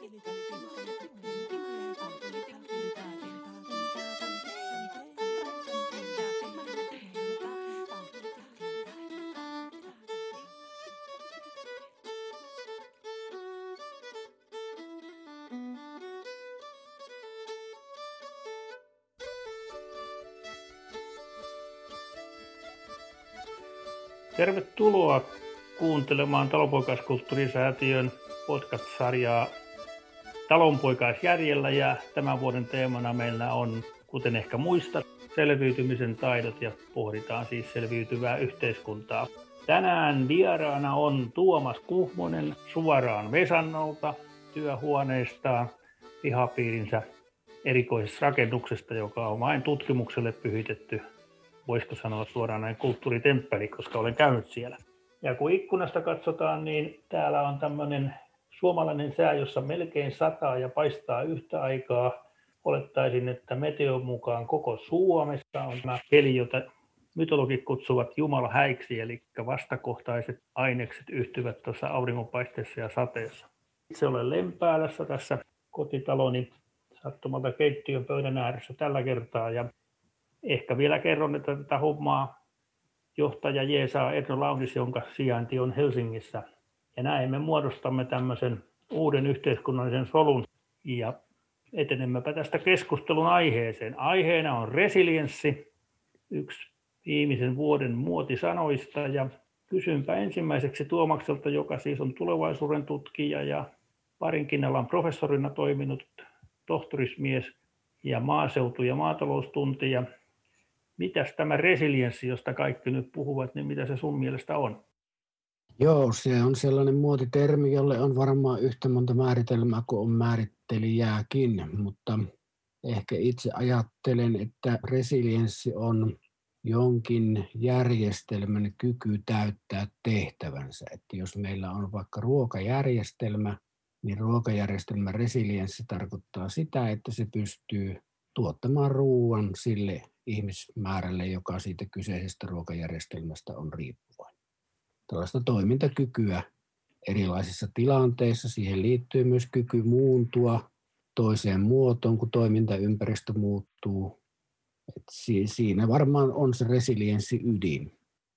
Tervetuloa kuuntelemaan Talonpoikaiskulttuurisäätiön podcast-sarjaa Talonpoikaisjärjellä, ja tämän vuoden teemana meillä on, kuten ehkä muistat, selviytymisen taidot, ja pohditaan siis selviytyvää yhteiskuntaa. Tänään vieraana on Tuomas Kuhmonen suoraan Vesannolta työhuoneestaan pihapiirinsä erikoisesta rakennuksesta, joka on vain tutkimukselle pyhitetty, voisiko sanoa suoraan näin, kulttuuritemppeli, koska olen käynyt siellä. Ja kun ikkunasta katsotaan, niin täällä on tämmöinen suomalainen sää, jossa melkein sataa ja paistaa yhtä aikaa. Olettaisin, että meteon mukaan koko Suomessa on tämä keli, jota mytologit kutsuvat jumalahäiksi, eli vastakohtaiset ainekset yhtyvät tuossa auringonpaisteessa ja sateessa. Itse olen Lempäälässä tässä kotitaloni sattumalta keittiön pöydän ääressä tällä kertaa, ja ehkä vielä kerron, että tätä hommaa johtaja jeesaa Erno Launis, jonka sijainti on Helsingissä. Ja näin me muodostamme tämmöisen uuden yhteiskunnallisen solun ja etenemmepä tästä keskustelun aiheeseen. Aiheena on resilienssi, yksi viimeisen vuoden muotisanoista. Ja kysynpä ensimmäiseksi Tuomakselta, joka siis on tulevaisuuden tutkija ja parinkin alan professorina toiminut tohtorismies ja maaseutu- ja maataloustuntija. Mitäs tämä resilienssi, josta kaikki nyt puhuvat, niin mitä se sun mielestä on? Joo, se on sellainen muotitermi, jolle on varmaan yhtä monta määritelmää kuin on määrittelijääkin, mutta ehkä itse ajattelen, että resilienssi on jonkin järjestelmän kyky täyttää tehtävänsä. Että jos meillä on vaikka ruokajärjestelmä, niin ruokajärjestelmän resilienssi tarkoittaa sitä, että se pystyy tuottamaan ruoan sille ihmismäärälle, joka siitä kyseisestä ruokajärjestelmästä on riippuvainen. Tällaista toimintakykyä erilaisissa tilanteissa. Siihen liittyy myös kyky muuntua toiseen muotoon, kun toimintaympäristö muuttuu. Et siinä varmaan on se resilienssi ydin.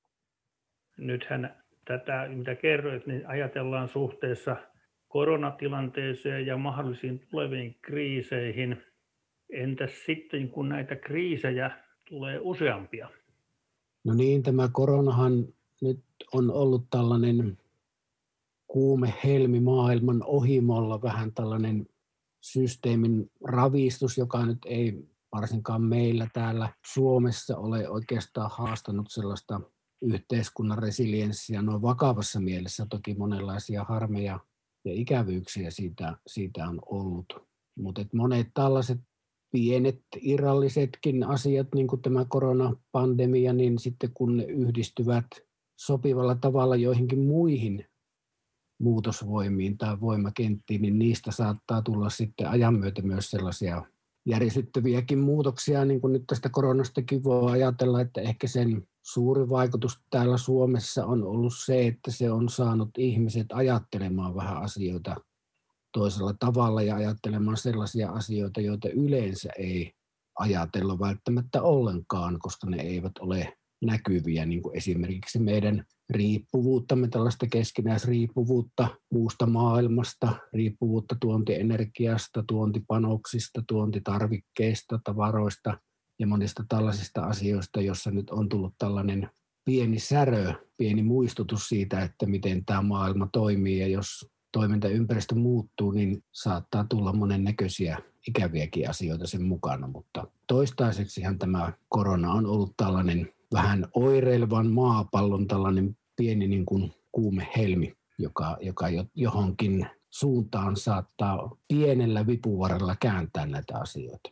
Nythän tätä, mitä kerroit, niin ajatellaan suhteessa koronatilanteeseen ja mahdollisiin tuleviin kriiseihin. Entäs sitten, kun näitä kriisejä tulee useampia? No niin, tämä koronahan nyt on ollut tällainen kuumehelmi maailman ohimolla, vähän tällainen systeemin ravistus, joka nyt ei varsinkaan meillä täällä Suomessa ole oikeastaan haastanut sellaista yhteiskunnan resilienssiä noin vakavassa mielessä. Toki monenlaisia harmeja ja ikävyyksiä siitä on ollut, mutta monet tällaiset pienet irrallisetkin asiat, niin kuin tämä koronapandemia, niin sitten kun ne yhdistyvät sopivalla tavalla joihinkin muihin muutosvoimiin tai voimakenttiin, niin niistä saattaa tulla sitten ajan myötä myös sellaisia järisyttäviäkin muutoksia, niin kuin nyt tästä koronastakin voi ajatella, että ehkä sen suuri vaikutus täällä Suomessa on ollut se, että se on saanut ihmiset ajattelemaan vähän asioita toisella tavalla ja ajattelemaan sellaisia asioita, joita yleensä ei ajatella välttämättä ollenkaan, koska ne eivät ole näkyviä, niin kuin esimerkiksi meidän riippuvuuttamme, tällaista keskinäisriippuvuutta muusta maailmasta, riippuvuutta tuontienergiasta, tuontipanoksista, tuontitarvikkeista, tavaroista ja monista tällaisista asioista, jossa nyt on tullut tällainen pieni särö, pieni muistutus siitä, että miten tämä maailma toimii, ja jos toimintaympäristö muuttuu, niin saattaa tulla monennäköisiä ikäviäkin asioita sen mukana, mutta toistaiseksihan tämä korona on ollut tällainen vähän oireilevan maapallon tällainen pieni niin kuin kuumehelmi, joka johonkin suuntaan saattaa pienellä vipuvarrella kääntää näitä asioita.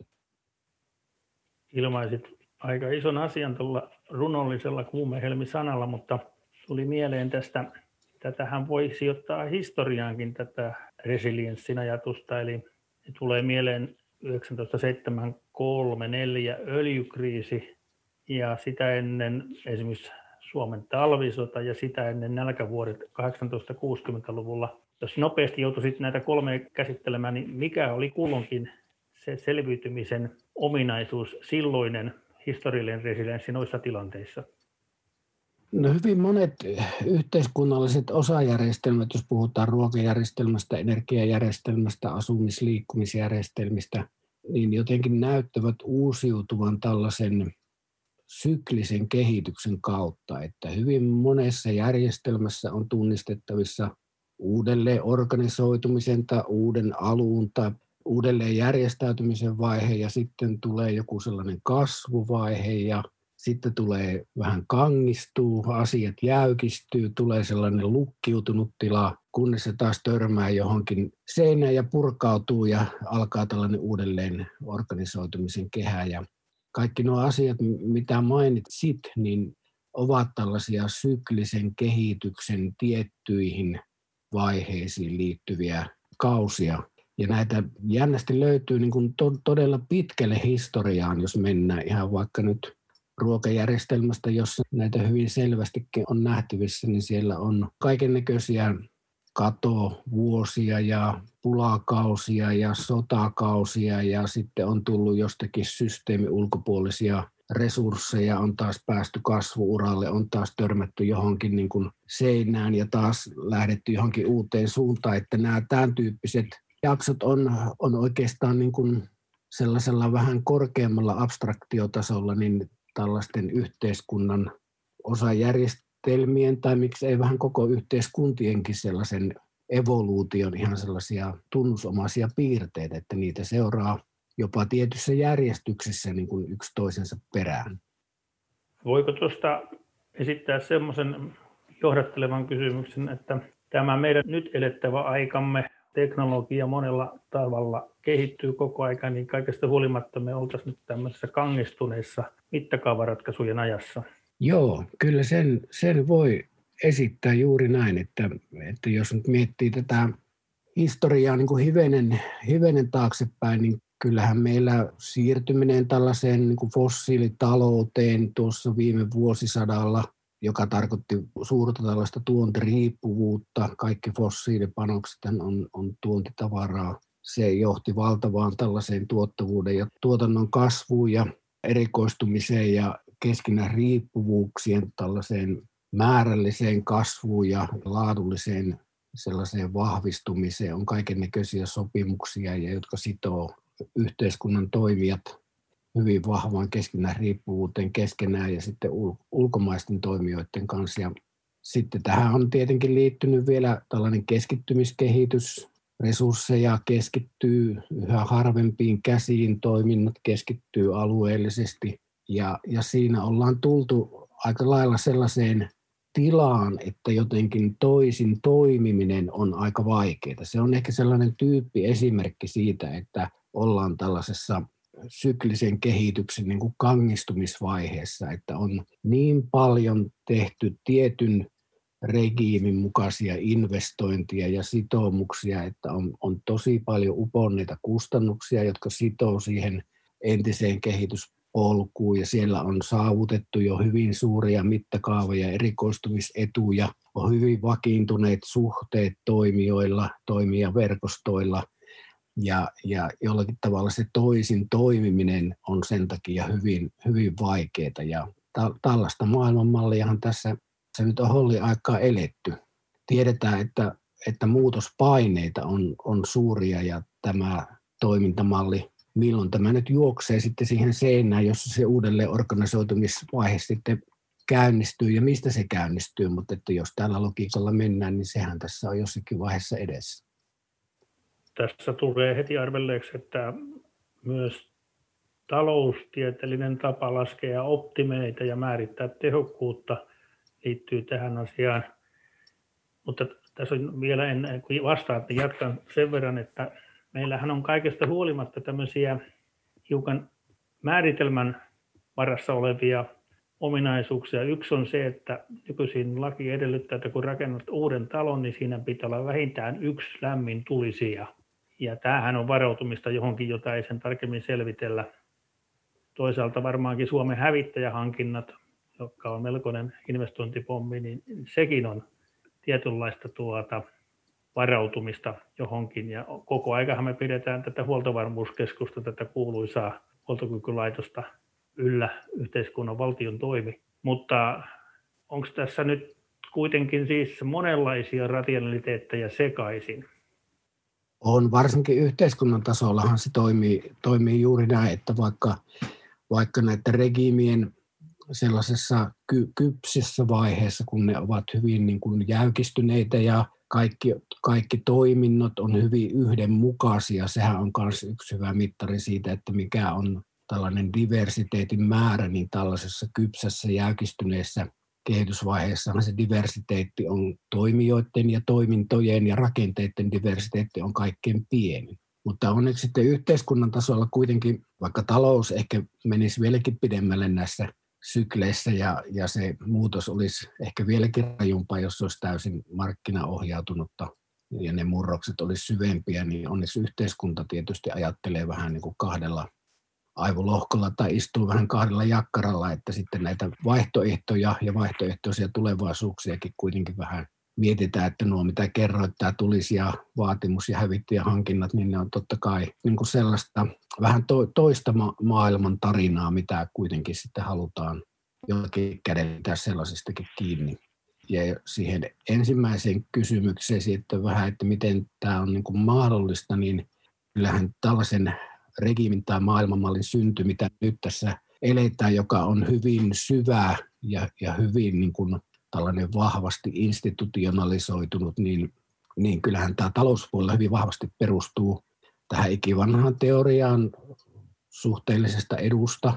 Ilmaisit aika ison asian tuolla runollisella kuumehelmi-sanalla, mutta tuli mieleen tätähän voi sijoittaa historiaankin tätä resilienssin ajatusta, eli tulee mieleen 1973-1974 öljykriisi ja sitä ennen esimerkiksi Suomen talvisota ja sitä ennen nälkävuodet 1860-luvulla. Jos nopeasti joutuisit näitä kolmea käsittelemään, niin mikä oli kulloinkin se selviytymisen ominaisuus, silloinen historiallinen resilienssi noissa tilanteissa? No hyvin monet yhteiskunnalliset osajärjestelmät, jos puhutaan ruokajärjestelmästä, energiajärjestelmästä, asumisliikkumisjärjestelmistä, niin jotenkin näyttävät uusiutuvan tällaisen syklisen kehityksen kautta, että hyvin monessa järjestelmässä on tunnistettavissa uudelleen organisoitumisen tai uuden alun tai uudelleen järjestäytymisen vaihe ja sitten tulee joku sellainen kasvuvaihe ja sitten tulee vähän kangistuu, asiat jäykistyy, tulee sellainen lukkiutunut tila, kunnes se taas törmää johonkin seinään ja purkautuu ja alkaa tällainen uudelleen organisoitumisen kehä. Ja kaikki nuo asiat, mitä mainitsit, niin ovat tällaisia syklisen kehityksen tiettyihin vaiheisiin liittyviä kausia. Ja näitä jännästi löytyy niin kuin todella pitkälle historiaan, jos mennään ihan vaikka nyt ruokajärjestelmästä, jossa näitä hyvin selvästikin on nähtävissä, niin siellä on kaikennäköisiä katovuosia ja pulakausia ja sotakausia ja sitten on tullut jostakin systeemin ulkopuolisia resursseja, on taas päästy kasvuuralle, on taas törmätty johonkin niin kuin seinään ja taas lähdetty johonkin uuteen suuntaan, että nämä tämän tyyppiset jaksot on oikeastaan niin kuin sellaisella vähän korkeammalla abstraktiotasolla niin tällaisten yhteiskunnan osajärjestelmien tai miksei vähän koko yhteiskuntienkin sellaisen evoluution ihan sellaisia tunnusomaisia piirteitä, että niitä seuraa jopa tietyssä järjestyksessä niin kuin yksi toisensa perään. Voiko tuosta esittää semmoisen johdattelevan kysymyksen, että tämä meidän nyt elettävä aikamme, teknologia monella tavalla kehittyy koko ajan, niin kaikesta huolimatta me oltaisiin nyt tämmöisessä kangistuneessa mittakaavaratkaisujen ajassa? Joo, kyllä sen voi esittää juuri näin, että jos nyt miettii tätä historiaa niin kuin hivenen taaksepäin, niin kyllähän meillä siirtyminen tällaiseen niin kuin fossiilitalouteen tuossa viime vuosisadalla, joka tarkoitti suurta tällaista tuontiriippuvuutta, kaikki fossiilipanokset on tuontitavaraa. Se johti valtavaan tällaiseen tuottavuuden ja tuotannon kasvuun ja erikoistumiseen ja keskinäis riippuvuuksien tällaiseen määrälliseen kasvuun ja laadulliseen sellaiseen vahvistumiseen. On kaikennäköisiä sopimuksia, jotka sitoo yhteiskunnan toimijat hyvin vahvaan keskinäis riippuvuuteen keskenään ja sitten ulkomaisten toimijoiden kanssa. Ja sitten tähän on tietenkin liittynyt vielä tällainen keskittymiskehitys. Resursseja keskittyy yhä harvempiin käsiin, toiminnat keskittyy alueellisesti ja siinä ollaan tultu aika lailla sellaiseen tilaan, että jotenkin toisin toimiminen on aika vaikeaa. Se on ehkä sellainen tyyppiesimerkki siitä, että ollaan tällaisessa syklisen kehityksen niin kuin kangistumisvaiheessa, että on niin paljon tehty tietyn regiimin mukaisia investointia ja sitoumuksia, että on tosi paljon uponneita kustannuksia, jotka sitoo siihen entiseen kehityspolkuun ja siellä on saavutettu jo hyvin suuria mittakaavoja, erikoistumisetuja, on hyvin vakiintuneet suhteet toimijoilla, toimijaverkostoilla ja jollakin tavalla se toisin toimiminen on sen takia hyvin, hyvin vaikeaa ja tällaista maailmanmalliahan tässä se nyt on holliaikaa eletty. Tiedetään, että muutospaineita on suuria ja tämä toimintamalli, milloin tämä nyt juoksee sitten siihen seinään, jossa se uudelleen organisoitumisvaihe sitten käynnistyy ja mistä se käynnistyy, mutta että jos tällä logiikalla mennään, niin sehän tässä on jossakin vaiheessa edessä. Tässä tulee heti arvelleeksi, että myös taloustieteellinen tapa laskea optimeita ja määrittää tehokkuutta liittyy tähän asiaan, mutta tässä on vielä ennen kuin vastaan, niin jatkan sen verran, että meillähän on kaikesta huolimatta tämmöisiä hiukan määritelmän varassa olevia ominaisuuksia. Yksi on se, että nykyisin laki edellyttää, että kun rakennat uuden talon, niin siinä pitää olla vähintään yksi lämmin tulisija. Ja tämähän on varautumista johonkin, jota ei sen tarkemmin selvitellä. Toisaalta varmaankin Suomen hävittäjähankinnat joka on melkoinen investointipommi, niin sekin on tietynlaista varautumista johonkin. Ja koko aikahan me pidetään tätä huoltovarmuuskeskusta, tätä kuuluisaa huoltokykylaitosta yllä yhteiskunnan valtion toimi. Mutta onko tässä nyt kuitenkin siis monenlaisia rationaliteetteja sekaisin? On, varsinkin yhteiskunnan tasollahan se toimii juuri näin, että vaikka näiden regiimien sellaisessa kypsissä vaiheessa, kun ne ovat hyvin niin kuin jäykistyneitä ja kaikki toiminnot on hyvin yhdenmukaisia, sehän on myös yksi hyvä mittari siitä, että mikä on tällainen diversiteetin määrä, niin tällaisessa kypsässä jäykistyneessä kehitysvaiheessahan se diversiteetti on toimijoiden ja toimintojen ja rakenteiden diversiteetti on kaikkein pieni. Mutta onneksi sitten yhteiskunnan tasolla kuitenkin, vaikka talous ehkä menisi vieläkin pidemmälle näissä sykleissä ja se muutos olisi ehkä vieläkin rajumpaa, jos se olisi täysin markkinaohjautunutta ja ne murrokset olisi syvempiä, niin onneksi yhteiskunta tietysti ajattelee vähän niin kuin kahdella aivolohkolla tai istuu vähän kahdella jakkaralla, että sitten näitä vaihtoehtoja ja vaihtoehtoisia tulevaisuuksiakin kuitenkin vähän mietitään, että nuo mitä kerroit, tämä tulisi ja vaatimus ja hävittäjähankinnat, niin ne on totta kai niin kuin sellaista vähän toista maailman tarinaa, mitä kuitenkin sitten halutaan jollakin kädellä pitää sellaisistakin kiinni. Ja siihen ensimmäiseen kysymykseen siitä vähän, että miten tämä on niin kuin mahdollista, niin kyllähän tällaisen regiimin tai maailmanmallin synty, mitä nyt tässä eletään, joka on hyvin syvä ja hyvin niin kuin tällainen vahvasti institutionalisoitunut, niin kyllähän tämä talouspuolella hyvin vahvasti perustuu tähän ikivanhaan teoriaan suhteellisesta edusta,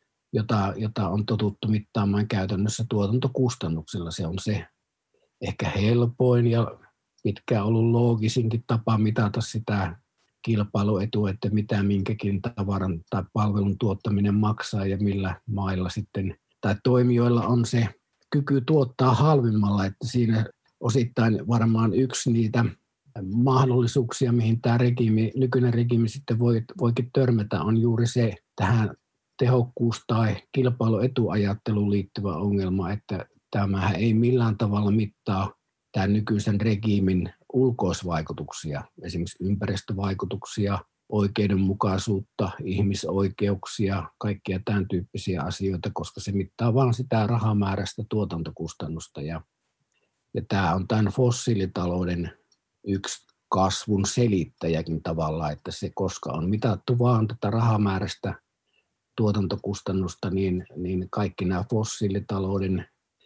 jota on totuttu mittaamaan käytännössä tuotantokustannuksilla. Se on se ehkä helpoin ja pitkään ollut loogisinkin tapa mitata sitä kilpailuetua, että mitä minkäkin tavaran tai palvelun tuottaminen maksaa ja millä mailla sitten tai toimijoilla on se kyky tuottaa halvimmalla, että siinä osittain varmaan yksi niitä mahdollisuuksia, mihin tämä nykyinen regiimi sitten voikin törmätä, on juuri se tähän tehokkuus- tai kilpailuetuajatteluun liittyvä ongelma, että tämähän ei millään tavalla mittaa tämän nykyisen regiimin ulkoisvaikutuksia, esimerkiksi ympäristövaikutuksia, oikeudenmukaisuutta, ihmisoikeuksia, kaikkia tämän tyyppisiä asioita, koska se mittaa vain sitä rahamääräistä tuotantokustannusta. Ja tämä on tämän fossiilitalouden yksi kasvun selittäjäkin tavallaan, että se koska on mitattu vain tätä rahamääräistä tuotantokustannusta, niin kaikki nämä fossiilitalouden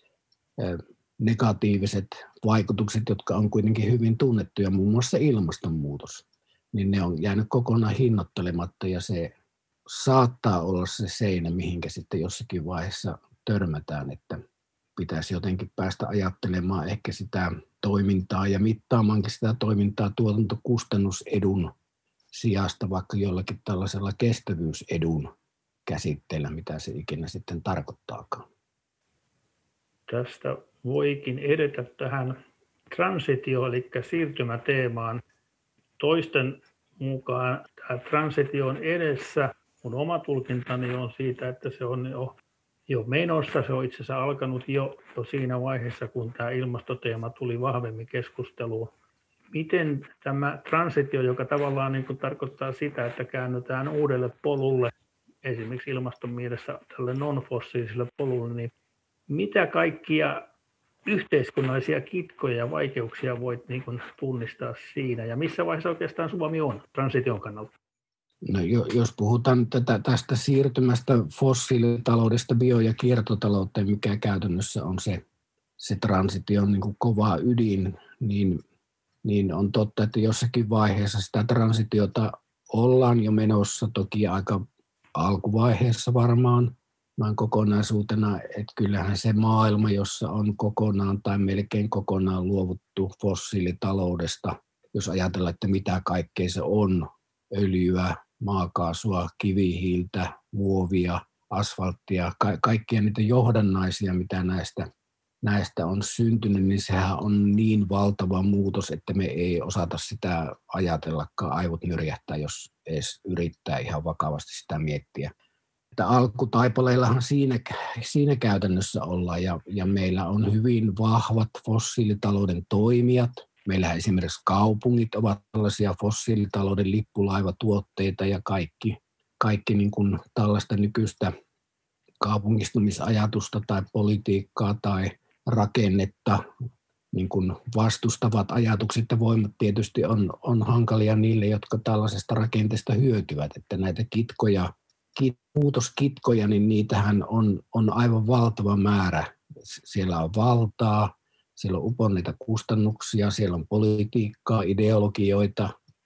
negatiiviset vaikutukset, jotka on kuitenkin hyvin tunnettuja, muun muassa ilmastonmuutos, niin ne on jäänyt kokonaan hinnoittelematta ja se saattaa olla se seinä, mihinkä sitten jossakin vaiheessa törmätään, että pitäisi jotenkin päästä ajattelemaan ehkä sitä toimintaa ja mittaamaankin sitä toimintaa tuotantokustannusedun sijasta vaikka jollakin tällaisella kestävyysedun käsitteellä, mitä se ikinä sitten tarkoittaakaan. Tästä voikin edetä tähän transitio, eli siirtymäteemaan. Toisten mukaan tämä transitio on edessä. Mun oma tulkintani on siitä, että se on jo menossa. Se on itse asiassa alkanut jo siinä vaiheessa, kun tämä ilmastoteema tuli vahvemmin keskusteluun. Miten tämä transitio, joka tavallaan niin kuin tarkoittaa sitä, että käännytään uudelle polulle, esimerkiksi ilmaston mielessä tälle non-fossiiliselle polulle, niin mitä kaikkia yhteiskunnallisia kitkoja ja vaikeuksia voit niin kuin tunnistaa siinä, ja missä vaiheessa oikeastaan Suomi on transition kannalta? No, jos puhutaan tästä siirtymästä fossiilitaloudesta bio- ja kiertotalouteen, mikä käytännössä on se transition niin kuin kova ydin, niin on totta, että jossakin vaiheessa sitä transitiota ollaan jo menossa, toki aika alkuvaiheessa varmaan, noin kokonaisuutena, että kyllähän se maailma, jossa on kokonaan tai melkein kokonaan luovuttu fossiilitaloudesta, jos ajatellaan, että mitä kaikkea se on, öljyä, maakaasua, kivihiiltä, muovia, asfalttia, kaikkia niitä johdannaisia, mitä näistä on syntynyt, niin sehän on niin valtava muutos, että me ei osata sitä ajatellakaan, aivot nyrjähtää, jos edes yrittää ihan vakavasti sitä miettiä. Että alkutaipaleillahan siinä käytännössä ollaan ja meillä on hyvin vahvat fossiilitalouden toimijat. Meillä esimerkiksi kaupungit ovat tällaisia fossiilitalouden lippulaivatuotteita ja kaikki niin kuin tällaista nykyistä kaupungistumisajatusta tai politiikkaa tai rakennetta niin kuin vastustavat ajatukset ja voimat tietysti on hankalia niille, jotka tällaisesta rakenteesta hyötyvät. Että näitä muutoskitkoja, niin niitähän on aivan valtava määrä. Siellä on valtaa, siellä on uponneita kustannuksia, siellä on politiikkaa, ideologioita,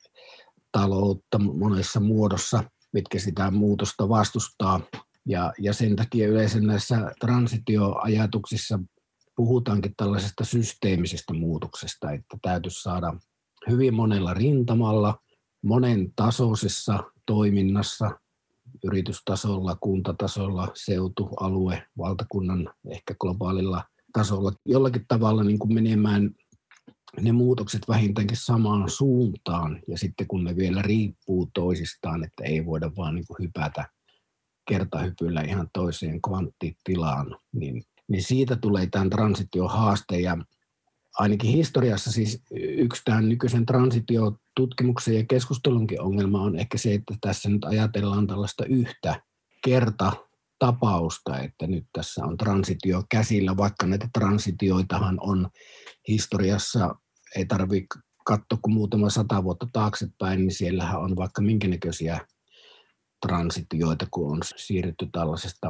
taloutta monessa muodossa, mitkä sitä muutosta vastustaa. Ja sen takia yleensä näissä transitioajatuksissa puhutaankin tällaisesta systeemisestä muutoksesta, että täytyisi saada hyvin monella rintamalla, monen tasoisessa toiminnassa, yritystasolla, kuntatasolla, seutu, alue, valtakunnan, ehkä globaalilla tasolla jollakin tavalla niin kuin menemään ne muutokset vähintäänkin samaan suuntaan ja sitten kun ne vielä riippuu toisistaan, että ei voida vaan niin kuin hypätä kertahypyllä ihan toiseen kvanttitilaan, niin siitä tulee tämän transition haaste ja ainakin historiassa siis yksi tämän nykyisen transitiotutkimuksen ja keskustelunkin ongelma on ehkä se, että tässä nyt ajatellaan tällaista yhtä kertatapausta, että nyt tässä on transitio käsillä, vaikka näitä transitioitahan on historiassa, ei tarvitse katsoa kuin muutama 100 vuotta taaksepäin, niin siellähän on vaikka minkä näköisiä transitioita, kun on siirrytty tällaisesta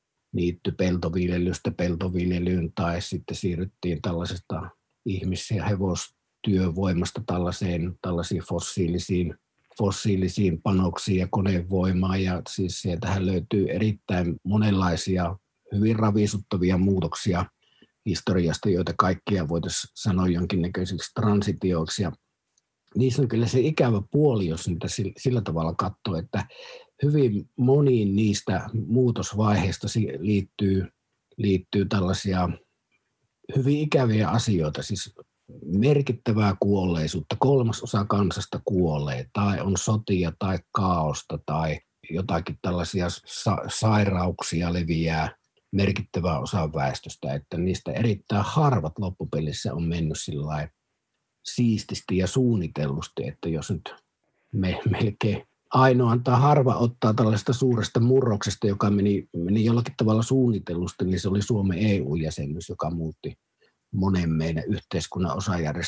niittypeltoviljelystä peltoviljelyyn tai sitten siirryttiin tällaisesta ihmis- ja hevostyövoimasta tällaisiin fossiilisiin panoksiin ja konevoimaan ja siis sieltähän löytyy erittäin monenlaisia hyvin ravisuttavia muutoksia historiasta, joita kaikkia voitaisiin sanoa jonkinnäköisiksi transitioiksi ja niissä on kyllä se ikävä puoli, jos niitä sillä tavalla katsoo, että hyvin moniin niistä muutosvaiheista liittyy tällaisia hyvin ikäviä asioita, siis merkittävää kuolleisuutta, 3/3 kansasta kuolee, tai on sotia tai kaaosta tai jotakin tällaisia sairauksia leviää merkittävää osa väestöstä, että niistä erittäin harvat loppupelissä on mennyt sillä siististi ja suunnitellusti, että jos nyt melkein ainoa tai harva ottaa tällaista suuresta murroksesta, joka meni jollakin tavalla suunnitellusti, niin se oli Suomen EU-jäsenyys, joka muutti monen meidän yhteiskunnan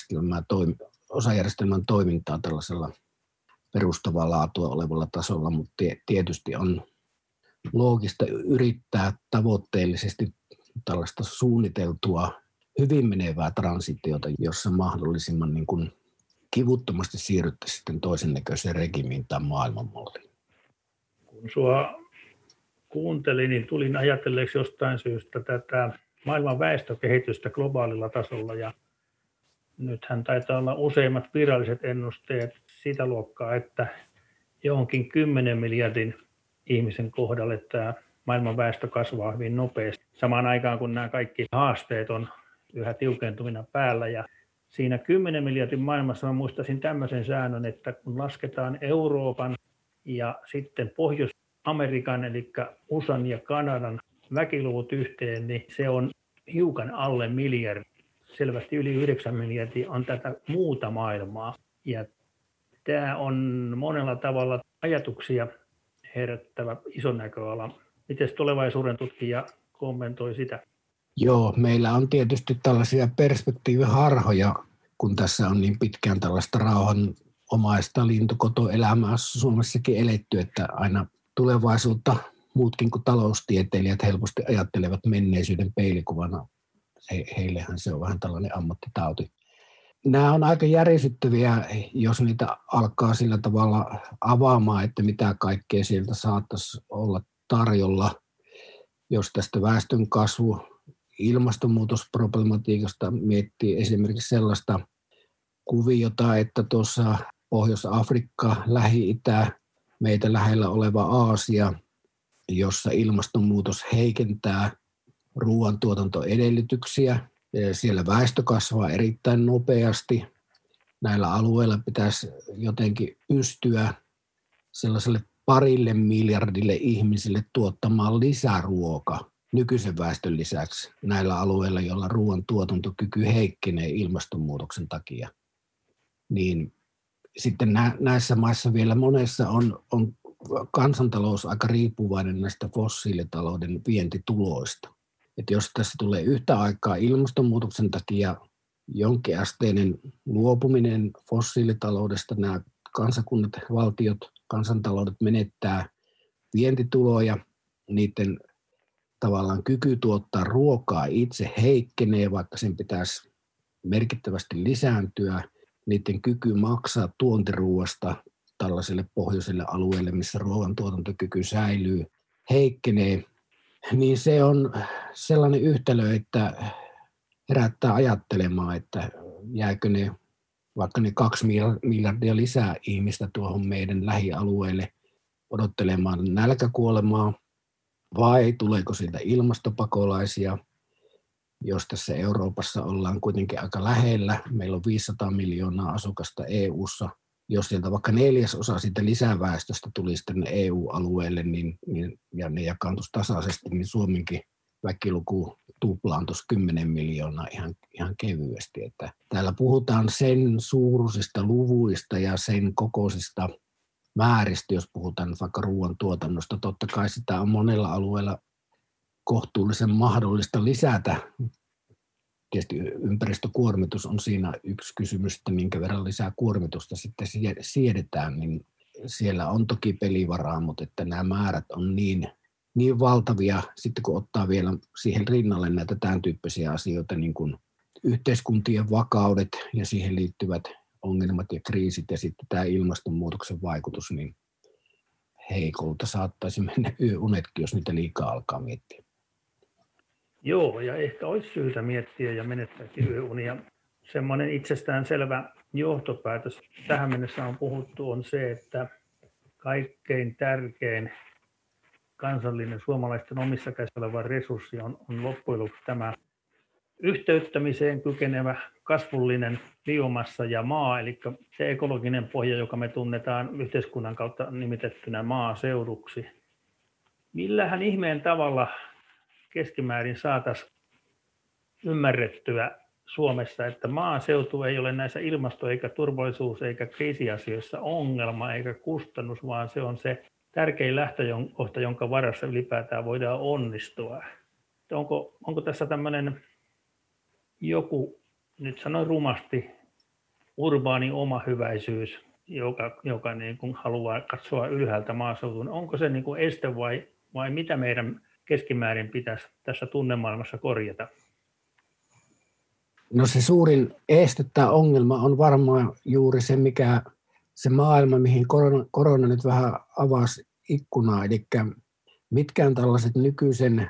osajärjestelmän toimintaa tällaisella perustavaa laatua olevalla tasolla, mutta tietysti on loogista yrittää tavoitteellisesti tällaista suunniteltua, hyvin menevää transitiota, jossa mahdollisimman niin kuin kivuttomasti siirryttäisiin sitten toisen näköiseen regimiin tai maailmanmalliin. Kun sua kuuntelin, niin tulin ajatelleeksi jostain syystä tätä maailman väestökehitystä globaalilla tasolla. Ja nythän taitaa olla useimmat viralliset ennusteet sitä luokkaa, että johonkin 10 miljardin ihmisen kohdalle tämä maailman väestö kasvaa hyvin nopeasti. Samaan aikaan kun nämä kaikki haasteet on yhä tiukentuvina päällä ja siinä 10 miljardin maailmassa mä muistaisin tämmöisen säännön, että kun lasketaan Euroopan ja sitten Pohjois-Amerikan eli USAn ja Kanadan väkiluvut yhteen, niin se on hiukan alle miljardi. Selvästi yli 9 miljardia on tätä muuta maailmaa. Ja tämä on monella tavalla ajatuksia herättävä iso näköala. Miten tulevaisuuden tutkija kommentoi sitä? Joo, meillä on tietysti tällaisia perspektiiviharhoja, kun tässä on niin pitkään tällaista rauhanomaista lintukotoelämää Suomessakin eletty, että aina tulevaisuutta muutkin kuin taloustieteilijät helposti ajattelevat menneisyyden peilikuvana. Heillehän se on vähän tällainen ammattitauti. Nämä on aika järisyttäviä, jos niitä alkaa sillä tavalla avaamaan, että mitä kaikkea sieltä saattaisi olla tarjolla, jos tästä väestönkasvu ilmastonmuutosproblematiikasta miettii esimerkiksi sellaista kuviota, että tuossa Pohjois-Afrikka, Lähi-Itä, meitä lähellä oleva Aasia, jossa ilmastonmuutos heikentää ruoantuotantoedellytyksiä. Siellä väestö kasvaa erittäin nopeasti. Näillä alueilla pitäisi jotenkin pystyä sellaiselle parille miljardille ihmisille tuottamaan lisäruoka nykyisen väestön lisäksi näillä alueilla, joilla ruoan tuotantokyky heikkenee ilmastonmuutoksen takia. Niin sitten näissä maissa vielä monessa on kansantalous aika riippuvainen näistä fossiilitalouden vientituloista. Että jos tässä tulee yhtä aikaa ilmastonmuutoksen takia jonkinasteinen luopuminen fossiilitaloudesta, nämä kansakunnat, valtiot, kansantaloudet menettää vientituloja, niiden tavallaan kyky tuottaa ruokaa itse heikkenee, vaikka sen pitäisi merkittävästi lisääntyä, niiden kyky maksaa tuontiruuasta tällaiselle pohjoiselle alueelle, missä ruoan tuotantokyky säilyy, heikkenee, niin se on sellainen yhtälö, että herättää ajattelemaan, että jääkö vaikka ne 2 miljardia lisää ihmistä tuohon meidän lähialueelle odottelemaan nälkäkuolemaa, vai tuleeko sieltä ilmastopakolaisia, jos tässä Euroopassa ollaan kuitenkin aika lähellä. Meillä on 500 miljoonaa asukasta EU:ssa. Jos sieltä vaikka 1/4 siitä lisäväestöstä tulisi tänne EU-alueelle ja ne jakaantuisi tasaisesti, niin Suomenkin väkiluku tuplaantuisi 10 miljoonaa ihan kevyesti. Että täällä puhutaan sen suuruisista luvuista ja sen kokoisista määristä, jos puhutaan vaikka ruoantuotannosta. Totta kai sitä on monella alueella kohtuullisen mahdollista lisätä. Tietysti ympäristökuormitus on siinä yksi kysymys, että minkä verran lisää kuormitusta sitten siedetään, niin siellä on toki pelivaraa, mutta että nämä määrät on niin valtavia, sitten kun ottaa vielä siihen rinnalle näitä tämän tyyppisiä asioita, niin kuin yhteiskuntien vakaudet ja siihen liittyvät ongelmat ja kriisit ja sitten tämä ilmastonmuutoksen vaikutus, niin heikolta saattaisi mennä yöunetkin, jos niitä liikaa alkaa miettiä. Joo, ja ehkä olisi syytä miettiä ja menettääkin yöunia. Semmoinen itsestäänselvä johtopäätös tähän mennessä on puhuttu on se, että kaikkein tärkein kansallinen suomalaisten omissa käsissä oleva resurssi on loppujen lopuksi tämä yhteyttämiseen kykenevä kasvullinen biomassa ja maa, eli se ekologinen pohja, joka me tunnetaan yhteiskunnan kautta nimitettynä maaseuduksi. Millähän ihmeen tavalla keskimäärin saataisiin ymmärrettyä Suomessa, että maaseutu ei ole näissä ilmasto- eikä turvallisuus- eikä kriisiasioissa ongelma eikä kustannus, vaan se on se tärkein lähtökohta, jonka varassa ylipäätään voidaan onnistua. Onko tässä tämmöinen joku, nyt sanoin rumasti, urbaani omahyväisyys, joka niin kuin haluaa katsoa ylhäältä maaseutuun. Onko se niin kuin este vai mitä meidän keskimäärin pitäisi tässä tunnemaailmassa korjata? No se suurin este tai ongelma on varmaan juuri se maailma, mihin korona nyt vähän avasi ikkunaa, eli mitkään tällaiset nykyisen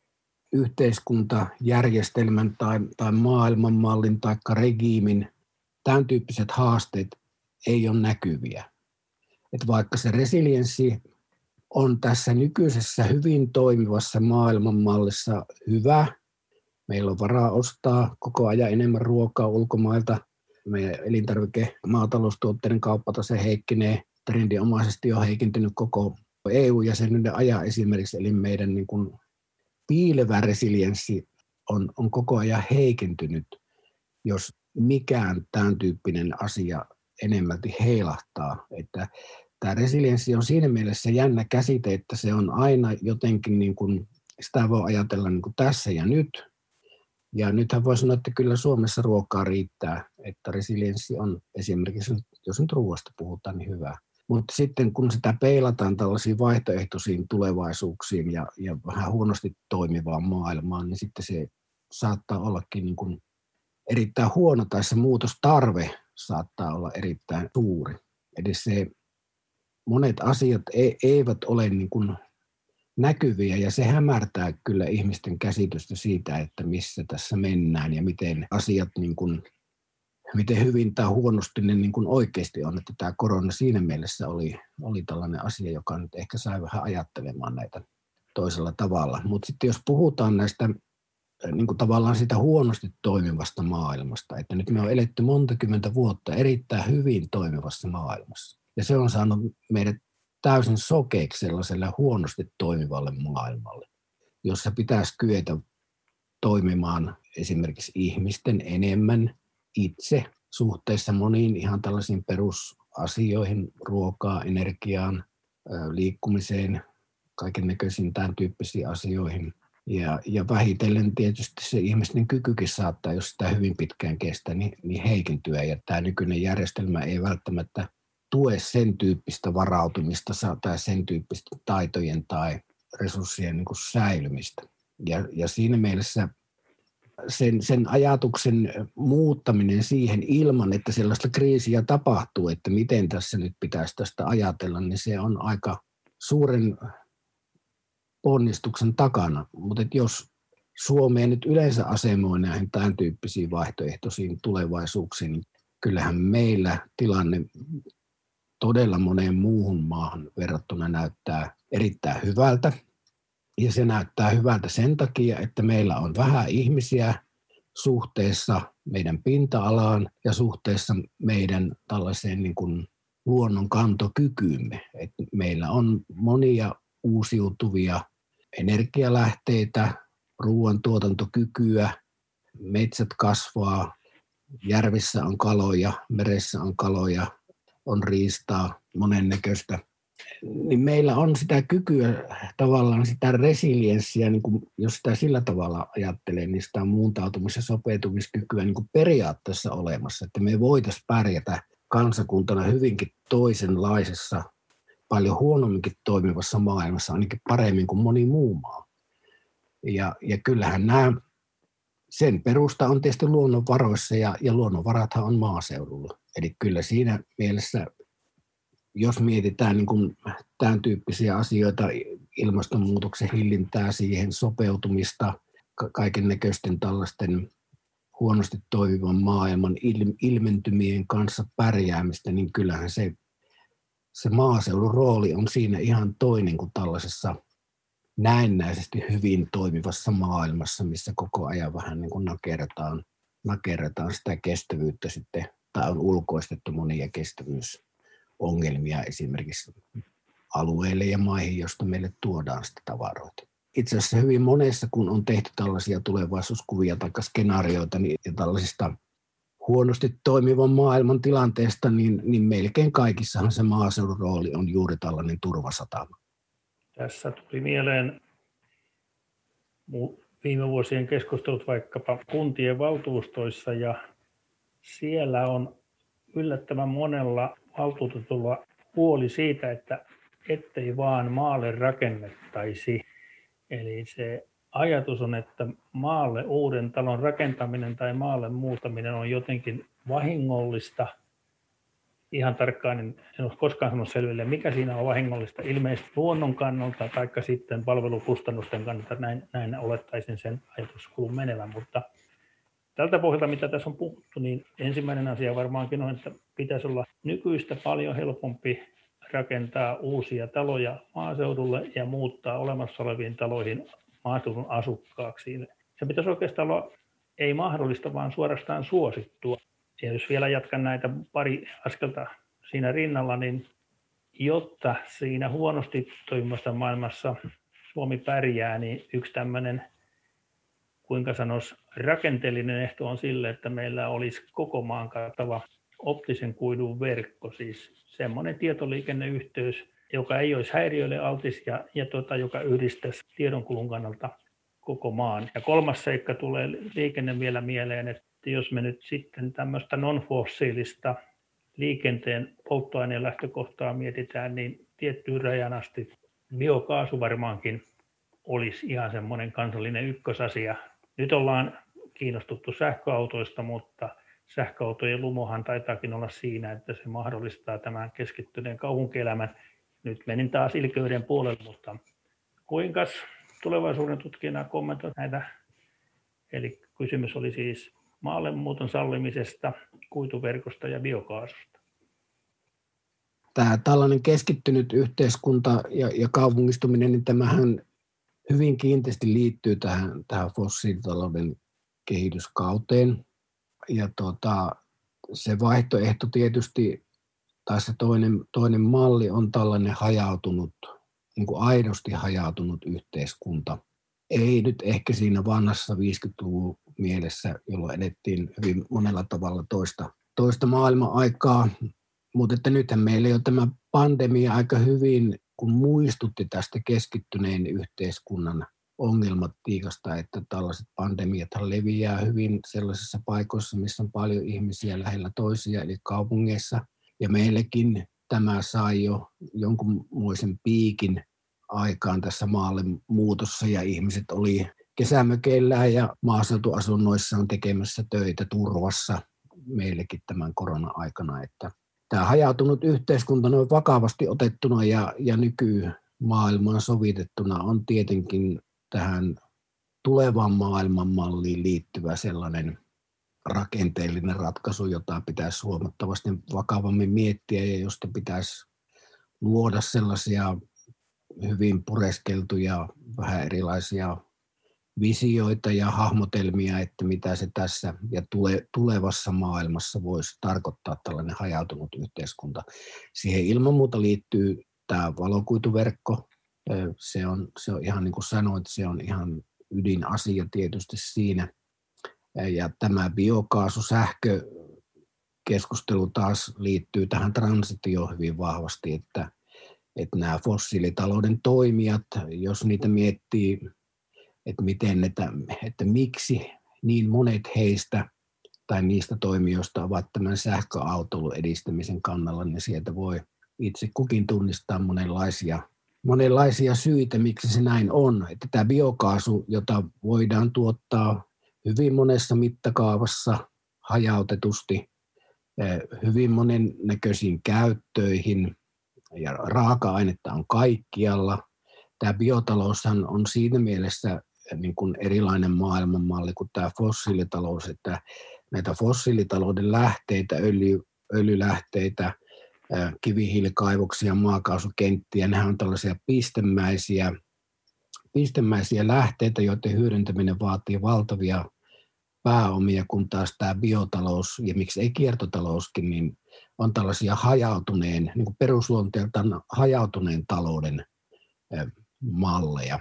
yhteiskuntajärjestelmän tai maailmanmallin tai regiimin tämän tyyppiset haasteet ei ole näkyviä. Et vaikka se resilienssi on tässä nykyisessä hyvin toimivassa maailmanmallissa hyvä, meillä on varaa ostaa koko ajan enemmän ruokaa ulkomailta, meidän maataloustuotteiden kauppatase heikkenee, trendinomaisesti on heikentynyt koko EU-jäsenyyden ajan esimerkiksi, eli meidän niin kuin piilevä resilienssi on koko ajan heikentynyt, jos mikään tämän tyyppinen asia enemmälti heilahtaa. Että tämä resilienssi on siinä mielessä jännä käsite, että se on aina jotenkin, niin kuin, sitä voi ajatella niin kuin tässä ja nyt. Ja nythän voi sanoa, että kyllä Suomessa ruokaa riittää, että resilienssi on esimerkiksi, jos nyt ruoasta puhutaan, niin hyvä. Mutta sitten kun sitä peilataan tällaisiin vaihtoehtoisiin tulevaisuuksiin ja vähän huonosti toimivaan maailmaan, niin sitten se saattaa ollakin niin kuin erittäin huono tai se muutostarve saattaa olla erittäin suuri. Eli se monet asiat eivät ole niin kuin näkyviä ja se hämärtää kyllä ihmisten käsitystä siitä, että missä tässä mennään ja miten asiat niin kuin, miten hyvin tai huonosti ne niin kuin oikeasti on, että tämä korona siinä mielessä oli tällainen asia, joka nyt ehkä sai vähän ajattelemaan näitä toisella tavalla. Mutta sitten jos puhutaan näistä niin kuin tavallaan sitä huonosti toimivasta maailmasta, että nyt me on eletty monta kymmentä vuotta erittäin hyvin toimivassa maailmassa. Ja se on saanut meidät täysin sokeeksi sellaiselle huonosti toimivalle maailmalle, jossa pitäisi kyetä toimimaan esimerkiksi ihmisten enemmän itse suhteessa moniin ihan tällaisiin perusasioihin, ruokaan, energiaan, liikkumiseen, kaiken näköisiin tämän tyyppisiin asioihin. Ja vähitellen tietysti se ihmisten kykykin saattaa, jos sitä hyvin pitkään kestää, niin heikentyä. Ja tämä nykyinen järjestelmä ei välttämättä tue sen tyyppistä varautumista tai sen tyyppistä taitojen tai resurssien niin kuin säilymistä. Ja siinä mielessä sen ajatuksen muuttaminen siihen ilman, että sellaista kriisiä tapahtuu, että miten tässä nyt pitäisi tästä ajatella, niin se on aika suuren ponnistuksen takana. Mutta jos Suomea nyt yleensä asemoi näihin tämän tyyppisiin vaihtoehtoisiin tulevaisuuksiin, niin kyllähän meillä tilanne todella moneen muuhun maahan verrattuna näyttää erittäin hyvältä. Ja se näyttää hyvältä sen takia, että meillä on vähän ihmisiä suhteessa meidän pinta-alaan ja suhteessa meidän tällaiseen niin kuin luonnon kantokykyymme. Et meillä on monia uusiutuvia energialähteitä, ruoantuotantokykyä, metsät kasvaa, järvissä on kaloja, meressä on kaloja, on riistaa, monennäköistä. Niin meillä on sitä kykyä, tavallaan sitä resilienssiä, niin kuin jos sitä sillä tavalla ajattelee, niin sitä muuntautumis- ja sopeutumiskykyä niin kuin periaatteessa olemassa, että me voitaisiin pärjätä kansakuntana hyvinkin toisenlaisessa, paljon huonomminkin toimivassa maailmassa, ainakin paremmin kuin moni muu maa. Ja kyllähän sen perusta on tietysti luonnonvaroissa ja luonnonvarathan on maaseudulla. Eli kyllä siinä mielessä, jos mietitään niin kuin tämän tyyppisiä asioita, ilmastonmuutoksen hillintää, siihen sopeutumista, kaiken näköisten tällaisten huonosti toimivan maailman ilmentymien kanssa pärjäämistä, niin kyllähän se maaseudun rooli on siinä ihan toinen kuin tällaisessa näennäisesti hyvin toimivassa maailmassa, missä koko ajan vähän niin kuin nakerretaan sitä kestävyyttä sitten, tai on ulkoistettu monia kestävyysongelmia esimerkiksi alueille ja maihin, josta meille tuodaan sitä tavaroita. Itse asiassa hyvin monessa, kun on tehty tällaisia tulevaisuuskuvia tai skenaarioita niin, ja tällaisista huonosti toimivan maailman tilanteesta, niin melkein kaikissahan se maaseudun rooli on juuri tällainen turvasatama. Tässä tuli mieleen viime vuosien keskustelut vaikkapa kuntien valtuustoissa, ja siellä on yllättävän monella valtuutetulla huoli siitä, että ettei vaan maalle rakennettaisi. Eli se ajatus on, että maalle uuden talon rakentaminen tai maalle muuttaminen on jotenkin vahingollista. Ihan tarkkaan en ole koskaan sanonut selville, mikä siinä on vahingollista. Ilmeisesti luonnon kannalta tai sitten palvelukustannusten kannalta, näin olettaisin sen ajatuskulun menevän. Mutta tältä pohjalta, mitä tässä on puhuttu, niin ensimmäinen asia varmaankin on, että pitäisi olla nykyistä paljon helpompi rakentaa uusia taloja maaseudulle ja muuttaa olemassa oleviin taloihin maaseudun asukkaaksi. Se pitäisi oikeastaan olla ei mahdollista, vaan suorastaan suosittua. Ja jos vielä jatkan näitä pari askelta siinä rinnalla, niin jotta siinä huonosti toimivassa maailmassa Suomi pärjää, niin yksi tämmöinen, kuinka sanoisi, rakenteellinen ehto on sille, että meillä olisi koko maan kattava optisen kuidun verkko, siis semmoinen tietoliikenneyhteys, joka ei olisi häiriöille altis ja joka yhdistäisi tiedonkulun kannalta koko maan. Ja kolmas seikka tulee liikenne vielä mieleen, että jos me nyt sitten tämmöistä non-fossiilista liikenteen polttoaineen lähtökohtaa mietitään, niin tiettyyn rajan asti biokaasu varmaankin olisi ihan semmoinen kansallinen ykkösasia. Nyt ollaan kiinnostuttu sähköautoista, mutta sähköautojen lumohan taitaakin olla siinä, että se mahdollistaa tämän keskittyneen kaupunkielämän. Nyt menin taas ilkeyden puolelle, mutta kuinka tulevaisuuden tutkijana kommentoit näitä? Eli kysymys oli siis maallemuuton sallimisesta, kuituverkosta ja biokaasusta. Tämä tällainen keskittynyt yhteiskunta ja kaupungistuminen, niin tämähän hyvin kiinteästi liittyy tähän fossiilitalouden kehityskauteen. Ja se vaihtoehto tietysti tai se toinen malli on tällainen hajautunut, niin kuin aidosti hajautunut yhteiskunta. Ei nyt ehkä siinä vanhassa 50-luvun mielessä, jolloin edettiin hyvin monella tavalla toista maailman-aikaa, mutta että nythän meillä jo tämä pandemia aika hyvin, kun muistutti tästä keskittyneen yhteiskunnan ongelmatiikasta, että tällaiset pandemiathan leviää hyvin sellaisissa paikoissa, missä on paljon ihmisiä lähellä toisia, eli kaupungeissa. Ja meillekin tämä sai jo jonkunmoisen piikin aikaan tässä maalle muutossa, ja ihmiset oli kesämökeillään ja maaseutuasunnoissaan tekemässä töitä turvassa meillekin tämän korona-aikana. Että tämä hajautunut yhteiskunta noin vakavasti otettuna ja nykymaailmaan sovitettuna on tietenkin tähän tulevaan maailmanmalliin liittyvä sellainen rakenteellinen ratkaisu, jota pitäisi huomattavasti vakavammin miettiä ja josta pitäisi luoda sellaisia hyvin pureskeltuja, vähän erilaisia visioita ja hahmotelmia, että mitä se tässä ja tulevassa maailmassa voisi tarkoittaa tällainen hajautunut yhteiskunta. Siihen ilman muuta liittyy tämä valokuituverkko. Se on ihan niin kuin sanoit, se on ihan ydinasia tietysti siinä. Ja tämä biokaasu-sähkökeskustelu taas liittyy tähän transitioon hyvin vahvasti, että nämä fossiilitalouden toimijat, jos niitä miettii, että miksi niin monet heistä tai niistä toimijoista ovat tämän sähköautoilun edistämisen kannalla, niin sieltä voi itse kukin tunnistaa monenlaisia syitä, miksi se näin on. Että tämä biokaasu, jota voidaan tuottaa hyvin monessa mittakaavassa hajautetusti, hyvin monennäköisiin käyttöihin ja raaka-ainetta on kaikkialla. Tämä biotaloushan on siinä mielessä niin kuin erilainen maailmanmalli kuin tämä fossiilitalous, että näitä fossiilitalouden lähteitä, öljylähteitä, kivihiilikaivoksia, maakaasukenttiä, nehän on tällaisia pistemäisiä lähteitä, joiden hyödyntäminen vaatii valtavia pääomia, kun taas tämä biotalous ja miksi ei kiertotalouskin, niin on tällaisia hajautuneen, niin kuin perusluonteeltaan hajautuneen talouden malleja.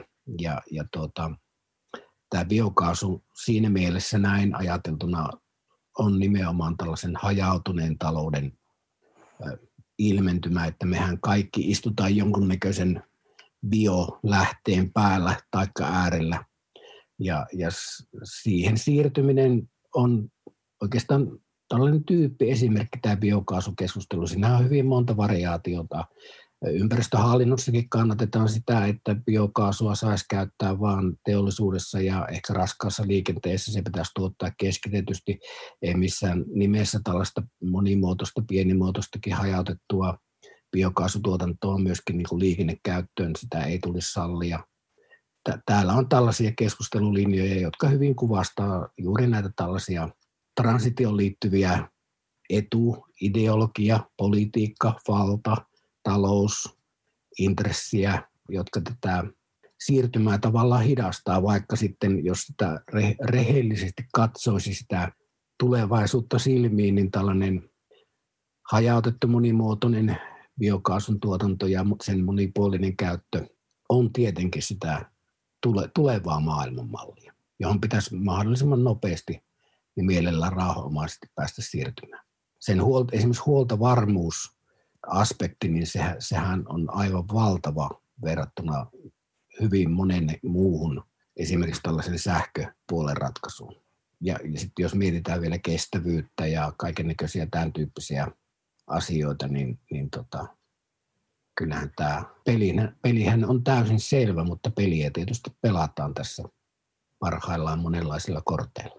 Tämä biokaasu siinä mielessä näin ajateltuna on nimenomaan tällaisen hajautuneen talouden ilmentymä, että mehän kaikki istutaan jonkunnäköisen biolähteen päällä tai äärellä. Ja siihen siirtyminen on oikeastaan tällainen tyyppiesimerkki tämä biokaasukeskustelu. Siinä on hyvin monta variaatiota. Ympäristöhallinnossakin kannatetaan sitä, että biokaasua saisi käyttää vain teollisuudessa ja ehkä raskaassa liikenteessä se pitäisi tuottaa keskitetysti. Ei missään nimessä tällaista monimuotoista, pienimuotoistakin hajautettua biokaasutuotantoa myöskin niin kuin liikennekäyttöön, sitä ei tulisi sallia. Täällä on tällaisia keskustelulinjoja, jotka hyvin kuvastaa juuri näitä tällaisia transitioon liittyviä ideologia, politiikka, valta, talous, intressiä, jotka tätä siirtymää tavallaan hidastaa, vaikka sitten jos sitä rehellisesti katsoisi sitä tulevaisuutta silmiin, niin tällainen hajautettu monimuotoinen biokaasun tuotanto ja sen monipuolinen käyttö on tietenkin sitä tulevaa maailmanmallia, johon pitäisi mahdollisimman nopeasti ja mielellään rauhanomaisesti päästä siirtymään. Sen esimerkiksi huoltovarmuusaspekti, niin sehän on aivan valtava verrattuna hyvin monen muuhun, esimerkiksi tällaisen sähköpuolen ratkaisuun. Ja sitten jos mietitään vielä kestävyyttä ja kaikennäköisiä tämän tyyppisiä asioita, niin kyllähän tämä pelihän on täysin selvä, mutta peliä tietysti pelataan tässä parhaillaan monenlaisilla korteilla.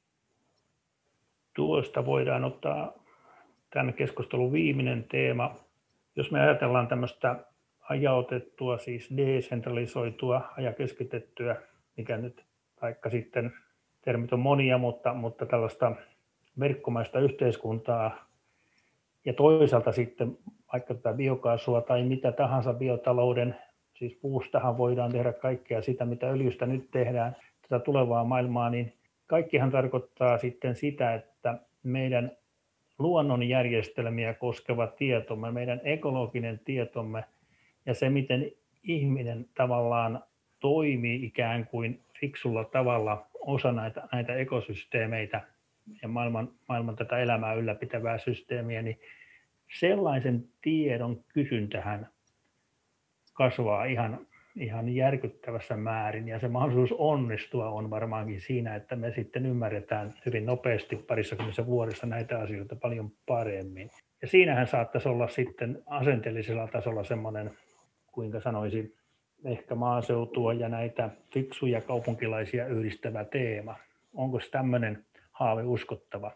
Tuosta voidaan ottaa tämän keskustelun viimeinen teema. Jos me ajatellaan tämmöistä hajautettua, siis desentralisoitua ja keskitettyä, mikä nyt vaikka sitten termit on monia, mutta tällaista verkkomaista yhteiskuntaa ja toisaalta sitten vaikka tätä biokaasua tai mitä tahansa biotalouden, siis puustahan voidaan tehdä kaikkea sitä, mitä öljystä nyt tehdään, tätä tulevaa maailmaa, niin kaikkihan tarkoittaa sitten sitä, että meidän luonnonjärjestelmiä koskeva tietomme, meidän ekologinen tietomme ja se, miten ihminen tavallaan toimii ikään kuin fiksulla tavalla osa näitä ekosysteemeitä ja maailman tätä elämää ylläpitävää systeemiä, niin sellaisen tiedon kysyntähän kasvaa ihan järkyttävässä määrin, ja se mahdollisuus onnistua on varmaankin siinä, että me sitten ymmärretään hyvin nopeasti parissakymmenessä vuodessa näitä asioita paljon paremmin. Ja siinähän saattaisi olla sitten asenteellisella tasolla semmoinen, kuinka sanoisin, ehkä maaseutua ja näitä fiksuja kaupunkilaisia yhdistävä teema. Onko tämmöinen haave uskottava?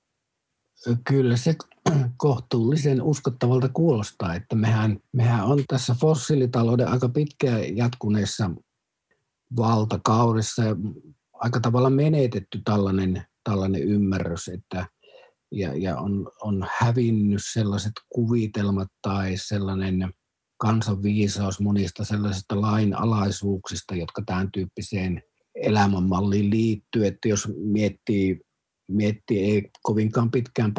Kyllä se kohtuullisen uskottavalta kuulostaa, että mehän on tässä fossiilitalouden aika pitkään jatkuneessa valtakaudessa aika tavalla menetetty tällainen ymmärrys, että ja on hävinnyt sellaiset kuvitelmat tai sellainen kansanviisaus monista sellaisista lainalaisuuksista, jotka tämän tyyppiseen elämänmalliin liittyy, että jos miettii ei kovinkaan pitkään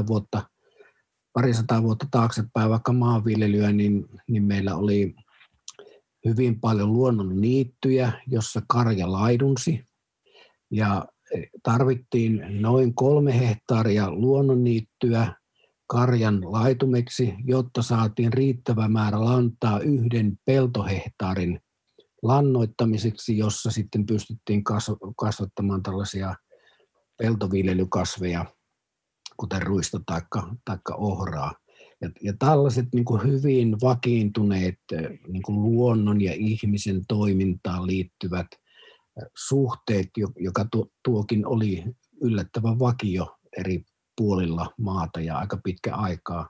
parisataa vuotta taaksepäin vaikka maanviljelyä, niin meillä oli hyvin paljon luonnonniittyjä, jossa karja laidunsi ja tarvittiin noin 3 hehtaaria luonnonniittyä karjan laitumeksi, jotta saatiin riittävä määrä lantaa 1 peltohehtaarin lannoittamiseksi, jossa sitten pystyttiin kasvattamaan tällaisia peltoviljelykasveja, kuten ruista tai ohraa. Ja tällaiset niin kuin hyvin vakiintuneet niin kuin luonnon ja ihmisen toimintaan liittyvät suhteet, joka tuokin oli yllättävän vakio eri puolilla maata ja aika pitkä aikaa.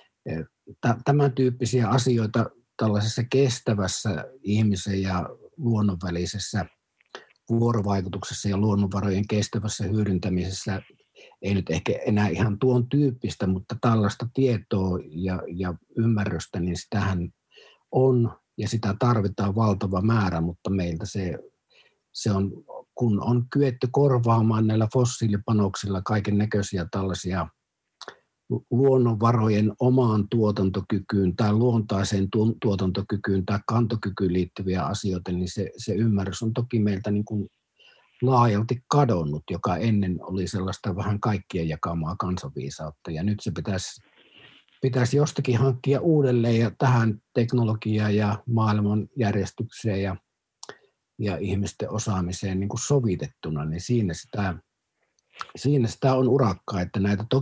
Tämän tyyppisiä asioita tällaisessa kestävässä ihmisen ja luonnon välisessä vuorovaikutuksessa ja luonnonvarojen kestävässä hyödyntämisessä ei nyt ehkä enää ihan tuon tyyppistä, mutta tällaista tietoa ja ymmärrystä, niin sitähän on ja sitä tarvitaan valtava määrä, mutta meiltä se on, kun on kyetty korvaamaan näillä fossiilipanoksilla kaiken näköisiä tällaisia luonnonvarojen omaan tuotantokykyyn tai luontaiseen tuotantokykyyn tai kantokykyyn liittyviä asioita, niin se ymmärrys on toki meiltä niin kuin laajalti kadonnut, joka ennen oli sellaista vähän kaikkien jakamaa kansanviisautta. Ja nyt se pitäisi jostakin hankkia uudelleen ja tähän teknologiaan ja maailmanjärjestykseen ja ihmisten osaamiseen niin kuin sovitettuna, niin siinä sitä on urakkaa, että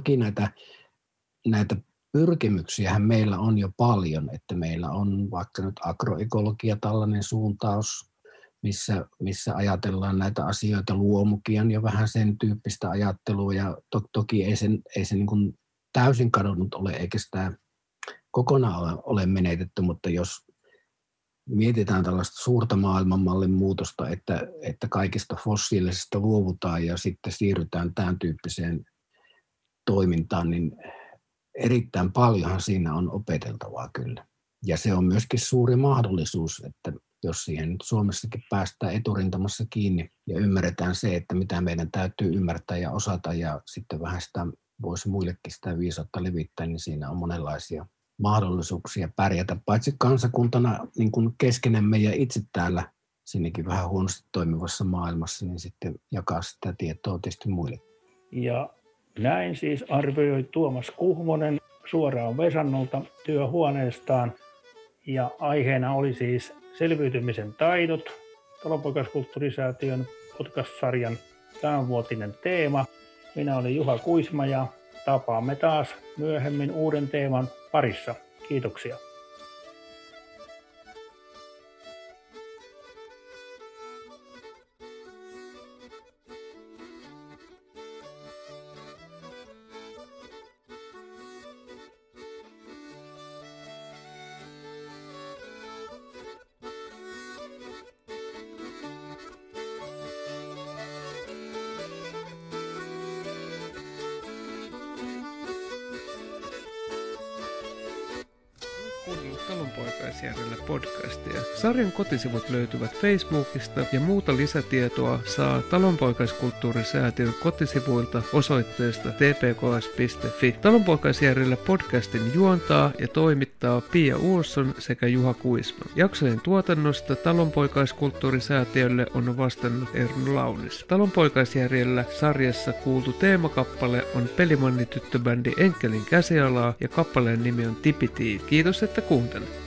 näitä pyrkimyksiähän meillä on jo paljon, että meillä on vaikka nyt agroekologia tällainen suuntaus, missä ajatellaan näitä asioita, luomukin on jo vähän sen tyyppistä ajattelua ja toki ei se niin kuin täysin kadonnut ole eikä sitä kokonaan ole menetetty, mutta jos mietitään tällaista suurta maailmanmallin muutosta, että kaikista fossiilisista luovutaan ja sitten siirrytään tämän tyyppiseen toimintaan, niin erittäin paljonhan siinä on opeteltavaa kyllä. Ja se on myöskin suuri mahdollisuus, että jos siihen nyt Suomessakin päästään eturintamassa kiinni ja ymmärretään se, että mitä meidän täytyy ymmärtää ja osata ja sitten vähän sitä voisi muillekin sitä viisautta levittää, niin siinä on monenlaisia mahdollisuuksia pärjätä, paitsi kansakuntana niin kuin keskenemme ja itse täällä sinnekin vähän huonosti toimivassa maailmassa, niin sitten jakaa sitä tietoa tietysti muille. Ja näin siis arvioi Tuomas Kuhmonen suoraan Vesannolta työhuoneestaan. Ja aiheena oli siis selviytymisen taidot, Talonpoikaiskulttuurisäätiön podcast-sarjan tämänvuotinen teema. Minä olen Juha Kuisma ja tapaamme taas myöhemmin uuden teeman parissa. Kiitoksia. kuunnellut Talonpoikaisjärjellä podcastia. Sarjan kotisivut löytyvät Facebookista ja muuta lisätietoa saa Talonpoikaiskulttuurisäätiön kotisivuilta osoitteesta tpks.fi. Talonpoikaisjärjellä podcastin juontaa ja toimittaa Pia Uusson sekä Juha Kuisman. Jaksojen tuotannosta Talonpoikaiskulttuurisäätiölle on vastannut Erno Launis. Talonpoikaisjärjellä sarjassa kuultu teemakappale on Pelimanni-tyttöbändi Enkelin käsialaa ja kappaleen nimi on Tipiti. Kiitos, että kuuntelit.